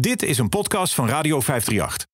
Dit is een podcast van Radio 538.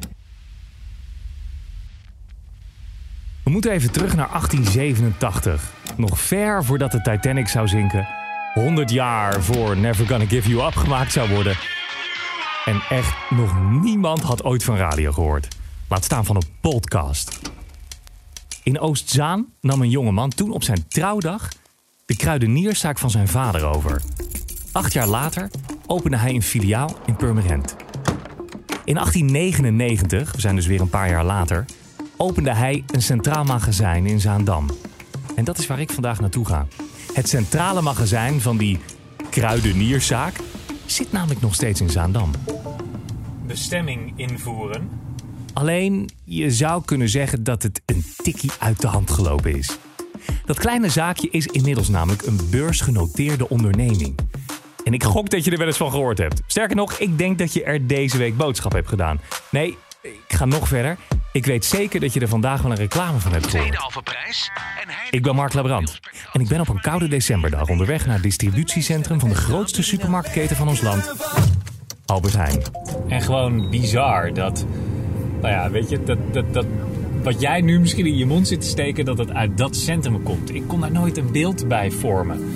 We moeten even terug naar 1887. Nog ver voordat de Titanic zou zinken. 100 jaar voor Never Gonna Give You Up gemaakt zou worden. En echt nog niemand had ooit van radio gehoord. Laat staan van een podcast. In Oostzaan nam een jongeman toen op zijn trouwdag de kruidenierszaak van zijn vader over. 8 jaar later opende hij een filiaal in Purmerend. In 1899, we zijn dus weer een paar jaar later, opende hij een centraal magazijn in Zaandam. En dat is waar ik vandaag naartoe ga. Het centrale magazijn van die kruidenierszaak zit namelijk nog steeds in Zaandam. Bestemming invoeren. Alleen, je zou kunnen zeggen dat het een tikkie uit de hand gelopen is. Dat kleine zaakje is inmiddels namelijk een beursgenoteerde onderneming. En ik gok dat je er wel eens van gehoord hebt. Sterker nog, ik denk dat je er deze week boodschap hebt gedaan. Nee, ik ga nog verder. Ik weet zeker dat je er vandaag wel een reclame van hebt gehoord. Ik ben Mark Labrand. En ik ben op een koude decemberdag onderweg naar het distributiecentrum van de grootste supermarktketen van ons land, Albert Heijn. En gewoon bizar dat, nou ja, weet je, dat wat jij nu misschien in je mond zit te steken, dat het uit dat centrum komt. Ik kon daar nooit een beeld bij vormen.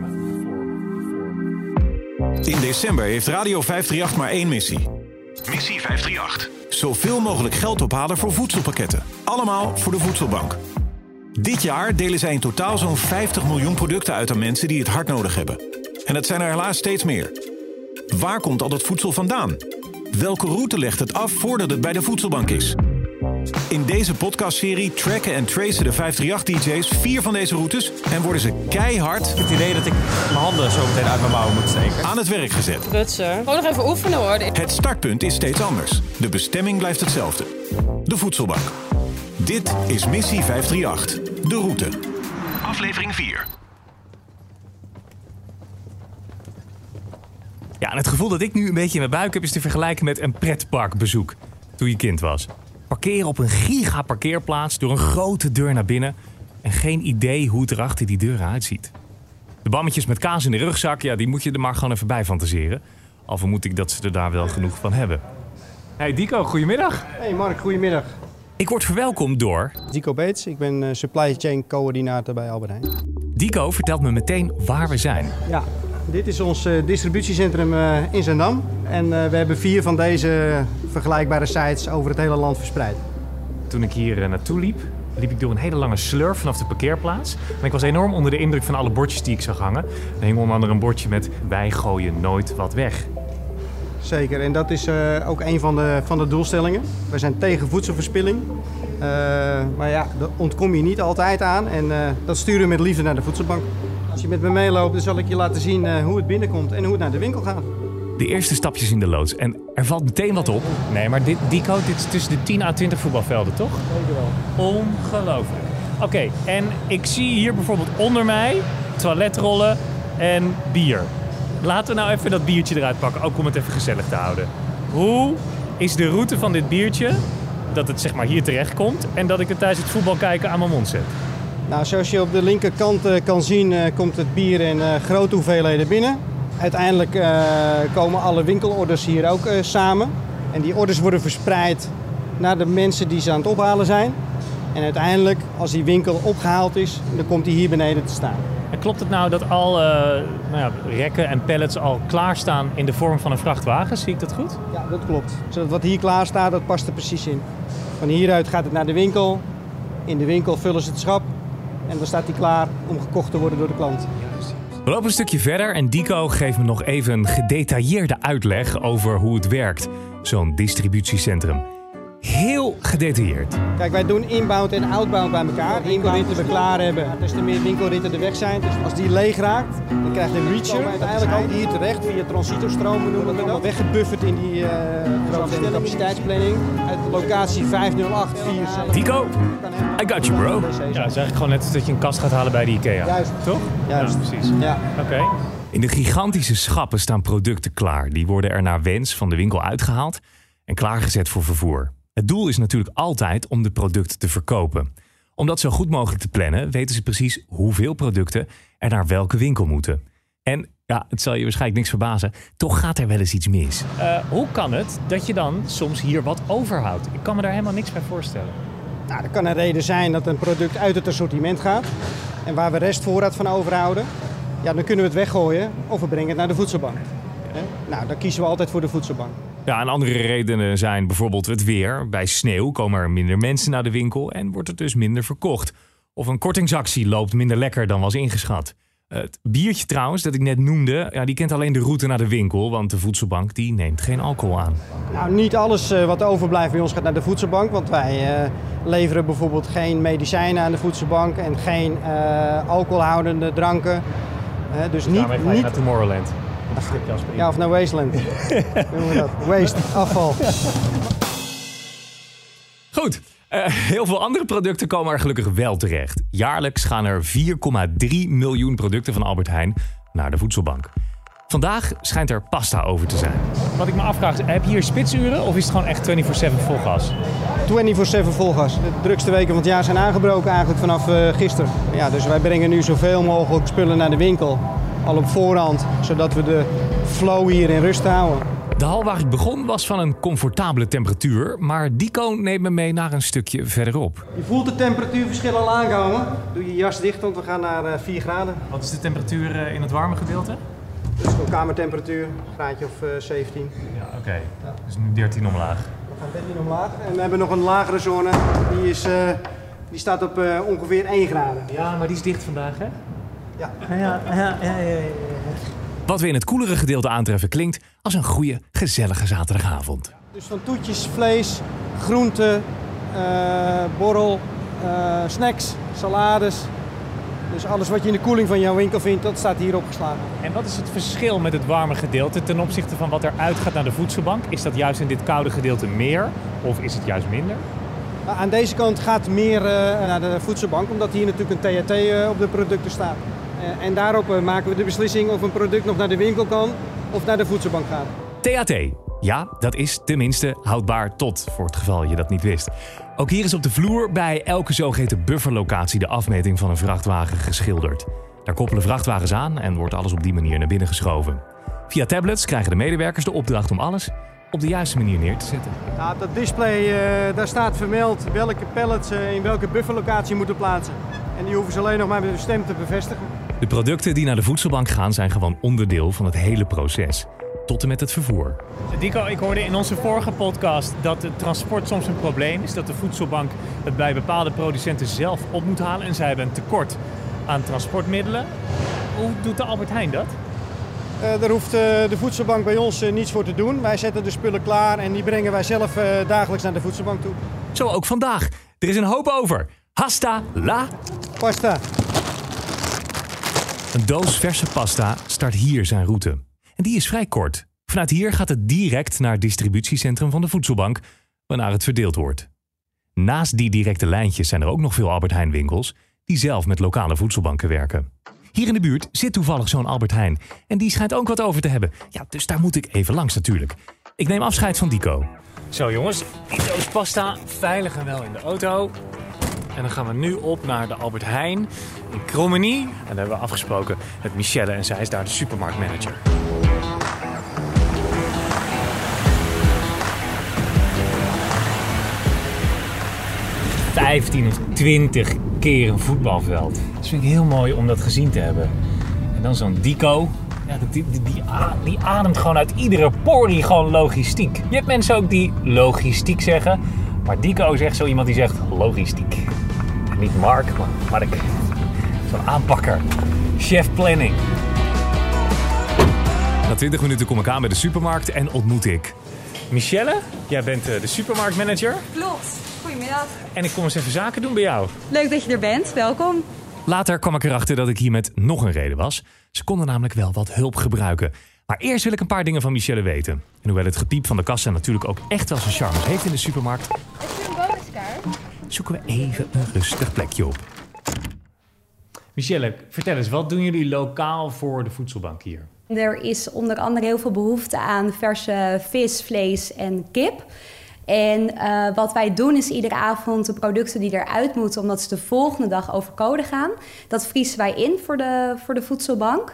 In december heeft Radio 538 maar één missie. Missie 538. Zoveel mogelijk geld ophalen voor voedselpakketten. Allemaal voor de voedselbank. Dit jaar delen zij in totaal zo'n 50 miljoen producten uit aan mensen die het hard nodig hebben. En dat zijn er helaas steeds meer. Waar komt al dat voedsel vandaan? Welke route legt het af voordat het bij de voedselbank is? In deze podcastserie tracken en tracen de 538-DJ's 4 van deze routes en worden ze keihard... Ik heb het idee dat ik mijn handen zo meteen uit mijn mouwen moet steken. ...aan het werk gezet. Rutser. Gewoon nog even oefenen hoor. Het startpunt is steeds anders. De bestemming blijft hetzelfde. De voedselbank. Dit is Missie 538. De route. Aflevering 4. Ja, en het gevoel dat ik nu een beetje in mijn buik heb is te vergelijken met een pretparkbezoek toen je kind was. Parkeren op een giga parkeerplaats door een grote deur naar binnen en geen idee hoe het er achter die deur uitziet. De bammetjes met kaas in de rugzak, ja, die moet je er maar gewoon even bij fantaseren. Al vermoed ik dat ze er daar wel genoeg van hebben. Hey Dico, goedemiddag. Hey Mark, goedemiddag. Ik word verwelkomd door Dico Beets, ik ben supply chain coördinator bij Albert Heijn. Dico vertelt me meteen waar we zijn. Ja, dit is ons distributiecentrum in Zaandam. En we hebben 4 van deze vergelijkbare sites over het hele land verspreid. Toen ik hier naartoe liep ik door een hele lange slurf vanaf de parkeerplaats. En ik was enorm onder de indruk van alle bordjes die ik zag hangen. Er hing onder andere een bordje met wij gooien nooit wat weg. Zeker, en dat is ook een van de doelstellingen. We zijn tegen voedselverspilling. Maar ja, daar ontkom je niet altijd aan. En dat sturen we met liefde naar de voedselbank. Als je met me meeloopt, dan zal ik je laten zien hoe het binnenkomt en hoe het naar de winkel gaat. De eerste stapjes in de loods. En er valt meteen wat op. Nee, maar Dico, dit is tussen de 10 à 20 voetbalvelden, toch? Zeker wel. Ongelooflijk. Oké, en ik zie hier bijvoorbeeld onder mij toiletrollen en bier. Laten we nou even dat biertje eruit pakken, ook om het even gezellig te houden. Hoe is de route van dit biertje, dat het zeg maar hier terecht komt en dat ik het tijdens het voetbal kijken aan mijn mond zet? Nou, zoals je op de linkerkant kan zien, komt het bier in grote hoeveelheden binnen. Uiteindelijk komen alle winkelorders hier ook samen. En die orders worden verspreid naar de mensen die ze aan het ophalen zijn. En uiteindelijk, als die winkel opgehaald is, dan komt die hier beneden te staan. En klopt het nou dat al rekken en pallets al klaarstaan in de vorm van een vrachtwagen? Zie ik dat goed? Ja, dat klopt. Zodat wat hier klaar staat, dat past er precies in. Van hieruit gaat het naar de winkel. In de winkel vullen ze het schap. En dan staat die klaar om gekocht te worden door de klant. We lopen een stukje verder en Dico geeft me nog even een gedetailleerde uitleg over hoe het werkt. Zo'n distributiecentrum. Heel gedetailleerd. Kijk, wij doen inbound en outbound bij elkaar. Winkelritten we klaar hebben, des te meer winkelritten er weg zijn. Dus als die leeg raakt, dan krijgt de reacher uiteindelijk ook hier terecht via transitorstromen noemen we dat. Weggebufferd in die grote capaciteitsplanning uit locatie 50847. Dico, I got you bro. Ja, het is eigenlijk gewoon net dat je een kast gaat halen bij de IKEA. Juist. Toch? Juist. Ja, precies. Ja. Oké. In de gigantische schappen staan producten klaar. Die worden er naar wens van de winkel uitgehaald en klaargezet voor vervoer. Het doel is natuurlijk altijd om de producten te verkopen. Om dat zo goed mogelijk te plannen, weten ze precies hoeveel producten er naar welke winkel moeten. En Ja, het zal je waarschijnlijk niks verbazen. Toch gaat er wel eens iets mis. Hoe kan het dat je dan soms hier wat overhoudt? Ik kan me daar helemaal niks bij voorstellen. Nou, dat kan een reden zijn dat een product uit het assortiment gaat. En waar we restvoorraad van overhouden, ja, dan kunnen we het weggooien of we brengen het naar de voedselbank. Nou, dan kiezen we altijd voor de voedselbank. Ja, en andere redenen zijn bijvoorbeeld het weer. Bij sneeuw komen er minder mensen naar de winkel en wordt het dus minder verkocht. Of een kortingsactie loopt minder lekker dan was ingeschat. Het biertje trouwens, dat ik net noemde, ja, die kent alleen de route naar de winkel, want de voedselbank die neemt geen alcohol aan. Nou, niet alles wat overblijft bij ons gaat naar de voedselbank, want wij leveren bijvoorbeeld geen medicijnen aan de voedselbank en geen alcoholhoudende dranken. Dus niet naar Tomorrowland. Ja, of naar Wasteland. Noemen we dat? Waste, afval. Goed. Heel veel andere producten komen er gelukkig wel terecht. Jaarlijks gaan er 4,3 miljoen producten van Albert Heijn naar de voedselbank. Vandaag schijnt er pasta over te zijn. Wat ik me afvraag, heb je hier spitsuren of is het gewoon echt 24/7 vol gas? 24/7 vol gas. De drukste weken van het jaar zijn aangebroken eigenlijk vanaf gisteren. Ja, dus wij brengen nu zoveel mogelijk spullen naar de winkel. Al op voorhand, zodat we de flow hier in rust houden. De hal waar ik begon was van een comfortabele temperatuur, maar Dico neemt me mee naar een stukje verderop. Je voelt de temperatuurverschil al aankomen. Doe je jas dicht, want we gaan naar 4 graden. Wat is de temperatuur in het warme gedeelte? Dus gewoon kamertemperatuur, een graadje of 17. Ja, oké. Ja. Dus nu 13 omlaag. We gaan 13 omlaag en we hebben nog een lagere zone. Die staat op ongeveer 1 graden. Ja, maar die is dicht vandaag, hè? Ja. Wat we in het koelere gedeelte aantreffen klinkt als een goede, gezellige zaterdagavond. Dus van toetjes, vlees, groenten, borrel, snacks, salades. Dus alles wat je in de koeling van jouw winkel vindt, dat staat hier opgeslagen. En wat is het verschil met het warme gedeelte ten opzichte van wat er uitgaat naar de voedselbank? Is dat juist in dit koude gedeelte meer of is het juist minder? Aan deze kant gaat meer naar de voedselbank, omdat hier natuurlijk een THT op de producten staat. En daarop maken we de beslissing of een product nog naar de winkel kan of naar de voedselbank gaat. THT. Ja, dat is tenminste houdbaar tot, voor het geval je dat niet wist. Ook hier is op de vloer bij elke zogeheten bufferlocatie de afmeting van een vrachtwagen geschilderd. Daar koppelen vrachtwagens aan en wordt alles op die manier naar binnen geschoven. Via tablets krijgen de medewerkers de opdracht om alles op de juiste manier neer te zetten. Nou, dat display, daar staat vermeld welke pallets in welke bufferlocatie moeten plaatsen. En die hoeven ze alleen nog maar met hun stem te bevestigen. De producten die naar de voedselbank gaan zijn gewoon onderdeel van het hele proces. Tot en met het vervoer. Dico, ik hoorde in onze vorige podcast dat het transport soms een probleem is. Dat de voedselbank het bij bepaalde producenten zelf op moet halen. En zij hebben een tekort aan transportmiddelen. Hoe doet de Albert Heijn dat? Daar hoeft de voedselbank bij ons niets voor te doen. Wij zetten de spullen klaar en die brengen wij zelf dagelijks naar de voedselbank toe. Zo ook vandaag. Er is een hoop over. Hasta la pasta. Een doos verse pasta start hier zijn route. En die is vrij kort. Vanuit hier gaat het direct naar het distributiecentrum van de voedselbank, waarna het verdeeld wordt. Naast die directe lijntjes zijn er ook nog veel Albert Heijn winkels die zelf met lokale voedselbanken werken. Hier in de buurt zit toevallig zo'n Albert Heijn en die schijnt ook wat over te hebben. Ja, dus daar moet ik even langs natuurlijk. Ik neem afscheid van Dico. Zo jongens, die doos pasta veilig en wel in de auto. En dan gaan we nu op naar de Albert Heijn in Krommenie. En daar hebben we afgesproken met Michelle en zij is daar de supermarktmanager. ...15 of 20 keer een voetbalveld. Dat vind ik heel mooi om dat gezien te hebben. En dan zo'n Dico. Ja, die ademt gewoon uit iedere porie gewoon logistiek. Je hebt mensen ook die logistiek zeggen. Maar Dico is echt zo iemand die zegt logistiek. Niet Mark, maar Mark. Zo'n aanpakker. Chef planning. Na 20 minuten kom ik aan bij de supermarkt en ontmoet ik Michelle. Jij bent de supermarktmanager. Klopt. Goedemiddag. En ik kom eens even zaken doen bij jou. Leuk dat je er bent. Welkom. Later kwam ik erachter dat ik hier met nog een reden was. Ze konden namelijk wel wat hulp gebruiken. Maar eerst wil ik een paar dingen van Michelle weten. En hoewel het gepiep van de kassa natuurlijk ook echt wel zijn charmes heeft in de supermarkt, Heb je een bonuskaart? zoeken we even een rustig plekje op. Michelle, vertel eens, wat doen jullie lokaal voor de voedselbank hier? Er is onder andere heel veel behoefte aan verse vis, vlees en kip. En wat wij doen is iedere avond de producten die eruit moeten, omdat ze de volgende dag over code gaan, dat vriezen wij in voor de voedselbank.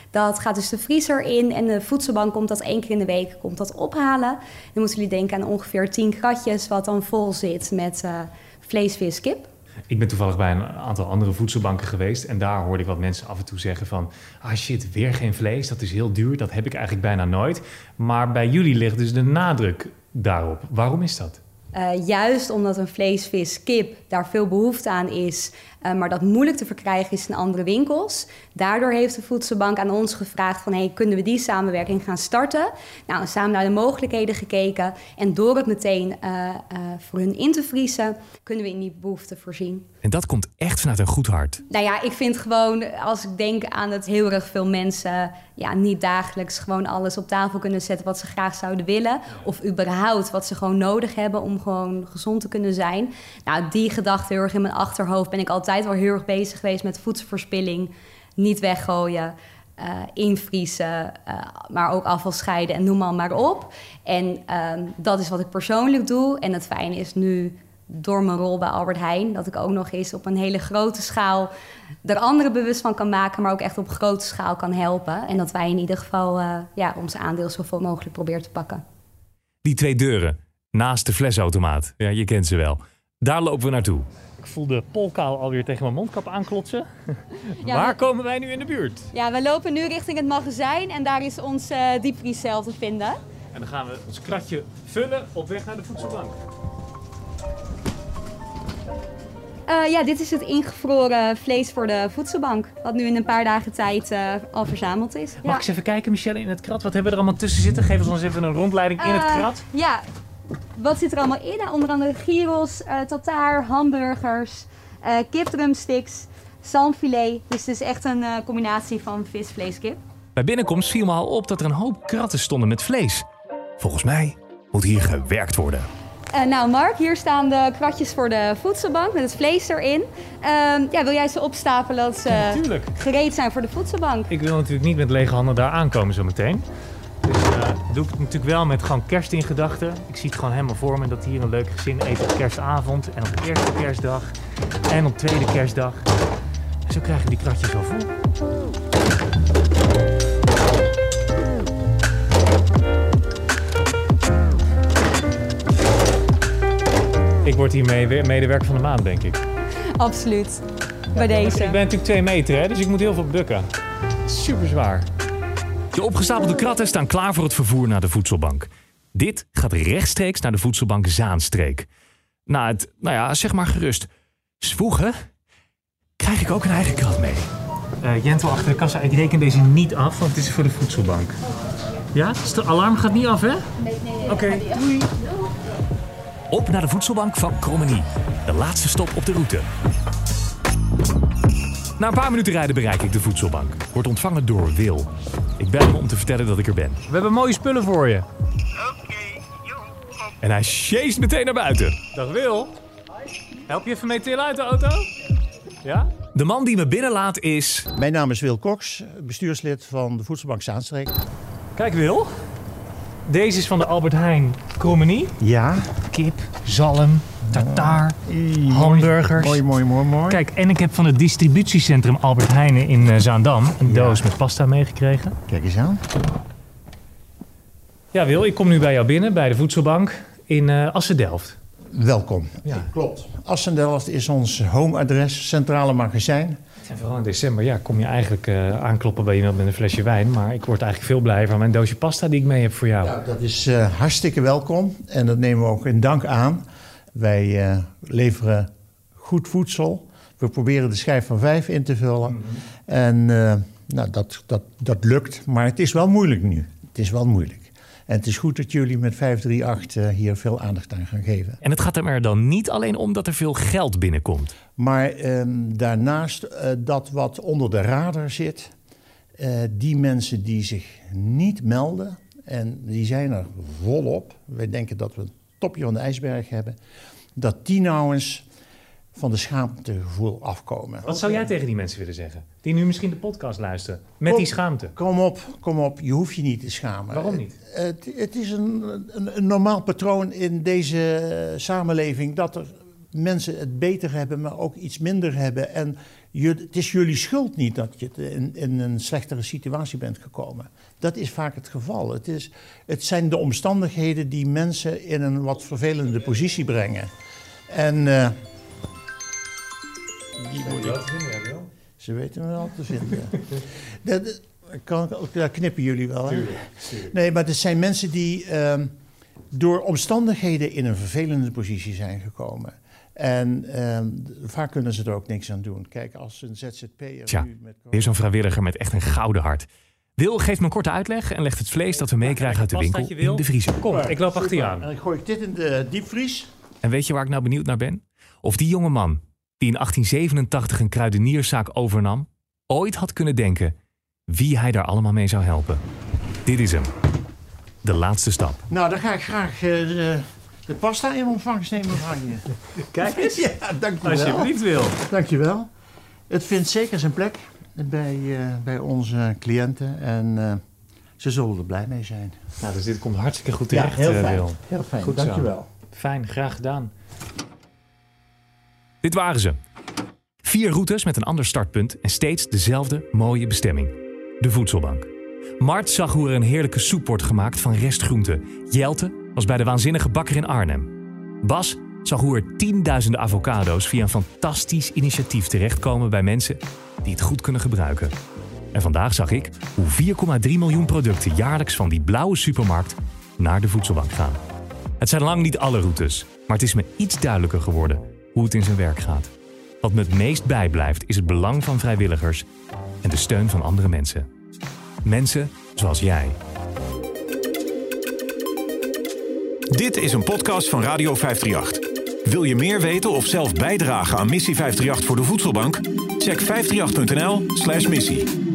Dat gaat dus de vriezer in en de voedselbank komt dat 1 keer in de week ophalen. Dan moeten jullie denken aan ongeveer 10 kratjes wat dan vol zit met vlees, vis, kip. Ik ben toevallig bij een aantal andere voedselbanken geweest en daar hoorde ik wat mensen af en toe zeggen van... ah shit, weer geen vlees, dat is heel duur, dat heb ik eigenlijk bijna nooit. Maar bij jullie ligt dus de nadruk daarop. Waarom is dat? Juist omdat een vlees, vis, kip daar veel behoefte aan is... maar dat moeilijk te verkrijgen is in andere winkels. Daardoor heeft de voedselbank aan ons gevraagd van... hey, kunnen we die samenwerking gaan starten? Nou, samen naar de mogelijkheden gekeken. En door het meteen voor hun in te vriezen... kunnen we in die behoefte voorzien. En dat komt echt vanuit een goed hart. Nou ja, ik vind gewoon, als ik denk aan dat heel erg veel mensen... niet dagelijks gewoon alles op tafel kunnen zetten wat ze graag zouden willen... of überhaupt wat ze gewoon nodig hebben om gewoon gezond te kunnen zijn. Nou, die gedachte heel erg in mijn achterhoofd ben ik altijd wel heel erg bezig geweest met voedselverspilling. Niet weggooien, invriezen, maar ook afval scheiden en noem maar op. En dat is wat ik persoonlijk doe. En het fijne is nu door mijn rol bij Albert Heijn... dat ik ook nog eens op een hele grote schaal er anderen bewust van kan maken... maar ook echt op grote schaal kan helpen. En dat wij in ieder geval ons aandeel zoveel mogelijk proberen te pakken. Die 2 deuren naast de flesautomaat, ja, je kent ze wel. Daar lopen we naartoe. Ik voel de polkaal alweer tegen mijn mondkap aanklotsen. Ja, Waar komen wij nu in de buurt? Ja, we lopen nu richting het magazijn en daar is ons diepvriescel te vinden. En dan gaan we ons kratje vullen op weg naar de voedselbank. Dit is het ingevroren vlees voor de voedselbank. Wat nu in een paar dagen tijd al verzameld is. Mag ik eens even kijken, Michelle, in het krat? Wat hebben we er allemaal tussen zitten? Geef ons even een rondleiding in het krat. Ja, wat zit er allemaal in? Nou, onder andere gyros, tartaar, hamburgers, kipdrumsticks, zalmfilet. Dus het is echt een combinatie van vis, vlees, kip. Bij binnenkomst viel me al op dat er een hoop kratten stonden met vlees. Volgens mij moet hier gewerkt worden. Nou Mark, hier staan de kratjes voor de voedselbank met het vlees erin. Wil jij ze opstapelen dat ze gereed zijn voor de voedselbank? Ik wil natuurlijk niet met lege handen daar aankomen zometeen. Dus doe ik het natuurlijk wel met gewoon kerst in gedachten. Ik zie het gewoon helemaal voor me dat hier een leuk gezin eet op kerstavond. En op eerste kerstdag. En op tweede kerstdag. En zo krijgen we die kratjes al vol. Ik word hiermee medewerker van de maand, denk ik. Absoluut. Bij deze. Ik ben natuurlijk 2 meter, hè, dus ik moet heel veel bukken. Super zwaar. De opgestapelde kratten staan klaar voor het vervoer naar de voedselbank. Dit gaat rechtstreeks naar de voedselbank Zaanstreek. Zeg maar gerust. Zwoegen? Krijg ik ook een eigen krat mee? Jentel achter de kassa, ik reken deze niet af, want het is voor de voedselbank. Ja? Het alarm gaat niet af, hè? Nee. Oké, doei. Op naar de voedselbank van Krommenie. De laatste stop op de route. Na een paar minuten rijden bereik ik de voedselbank. Word ontvangen door Wil. Ik bel hem om te vertellen dat ik er ben. We hebben mooie spullen voor je. Oké, En hij sjeest meteen naar buiten. Dag Wil. Help je even mee tillen uit de auto? Ja? De man die me binnenlaat is... Mijn naam is Wil Cox, bestuurslid van de Voedselbank Zaanstreek. Kijk Wil. Deze is van de Albert Heijn Krommenie. Ja. Kip, zalm, tartaar, hamburgers. Mooi. Kijk, en ik heb van het distributiecentrum Albert Heijn in Zaandam een doos met pasta meegekregen. Kijk eens aan. Ja Wil, ik kom nu bij jou binnen, bij de voedselbank in Assen-Delft. Welkom. Ja. Klopt. Assen-Delft is ons home-adres, centrale magazijn. En vooral in december kom je eigenlijk aankloppen bij iemand met een flesje wijn. Maar ik word eigenlijk veel blijer van mijn doosje pasta die ik mee heb voor jou. Ja, dat is hartstikke welkom en dat nemen we ook in dank aan. Wij leveren goed voedsel. We proberen de schijf van 5 in te vullen. Mm-hmm. En dat lukt, maar het is wel moeilijk nu. Het is wel moeilijk. En het is goed dat jullie met 538 hier veel aandacht aan gaan geven. En het gaat er dan niet alleen om dat er veel geld binnenkomt. Maar daarnaast dat wat onder de radar zit. Die mensen die zich niet melden, en die zijn er volop. Wij denken dat we een topje van de ijsberg hebben. Dat die nou eens van de schaamtegevoel afkomen. Wat zou jij tegen die mensen willen zeggen? Die nu misschien de podcast luisteren. Met die schaamte. Kom op. Je hoeft je niet te schamen. Waarom niet? Het is een normaal patroon in deze samenleving. Dat er mensen het beter hebben, maar ook iets minder hebben. En Het is jullie schuld niet dat je in een slechtere situatie bent gekomen. Dat is vaak het geval. Het zijn de omstandigheden die mensen in een wat vervelende positie brengen. En ze weten me wel te vinden. Dat knippen jullie wel, hè? Tuurlijk. Nee, maar het zijn mensen die door omstandigheden in een vervelende positie zijn gekomen. En vaak kunnen ze er ook niks aan doen. Kijk, als een ZZP'er... Tja, weer zo'n vrijwilliger met echt een gouden hart. Wil geeft me een korte uitleg en legt het vlees dat we meekrijgen uit de winkel in de vriezer. Kom, ik loop achter je aan. En dan gooi ik dit in de diepvries. En weet je waar ik nou benieuwd naar ben? Of die jonge man die in 1887 een kruidenierszaak overnam, ooit had kunnen denken wie hij daar allemaal mee zou helpen. Dit is hem. De laatste stap. Nou, dan ga ik graag de pasta in ontvangst nemen van je. Kijk eens. Ja, dankjewel. Alsjeblieft, Wil. Dankjewel. Het vindt zeker zijn plek bij onze cliënten en ze zullen er blij mee zijn. Nou, dus dit komt hartstikke goed terecht, heel fijn. Wil. Heel fijn, Goed dankjewel. Fijn, graag gedaan. Dit waren ze. 4 routes met een ander startpunt en steeds dezelfde mooie bestemming. De voedselbank. Mart zag hoe er een heerlijke soep wordt gemaakt van restgroenten. Jelte was bij de waanzinnige bakker in Arnhem. Bas zag hoe er tienduizenden avocado's via een fantastisch initiatief terechtkomen bij mensen die het goed kunnen gebruiken. En vandaag zag ik hoe 4,3 miljoen producten jaarlijks van die blauwe supermarkt naar de voedselbank gaan. Het zijn lang niet alle routes, maar het is me iets duidelijker geworden hoe het in zijn werk gaat. Wat me het meest bijblijft is het belang van vrijwilligers en de steun van andere mensen. Mensen zoals jij. Dit is een podcast van Radio 538. Wil je meer weten of zelf bijdragen aan Missie 538 voor de voedselbank? Check 538.nl/missie.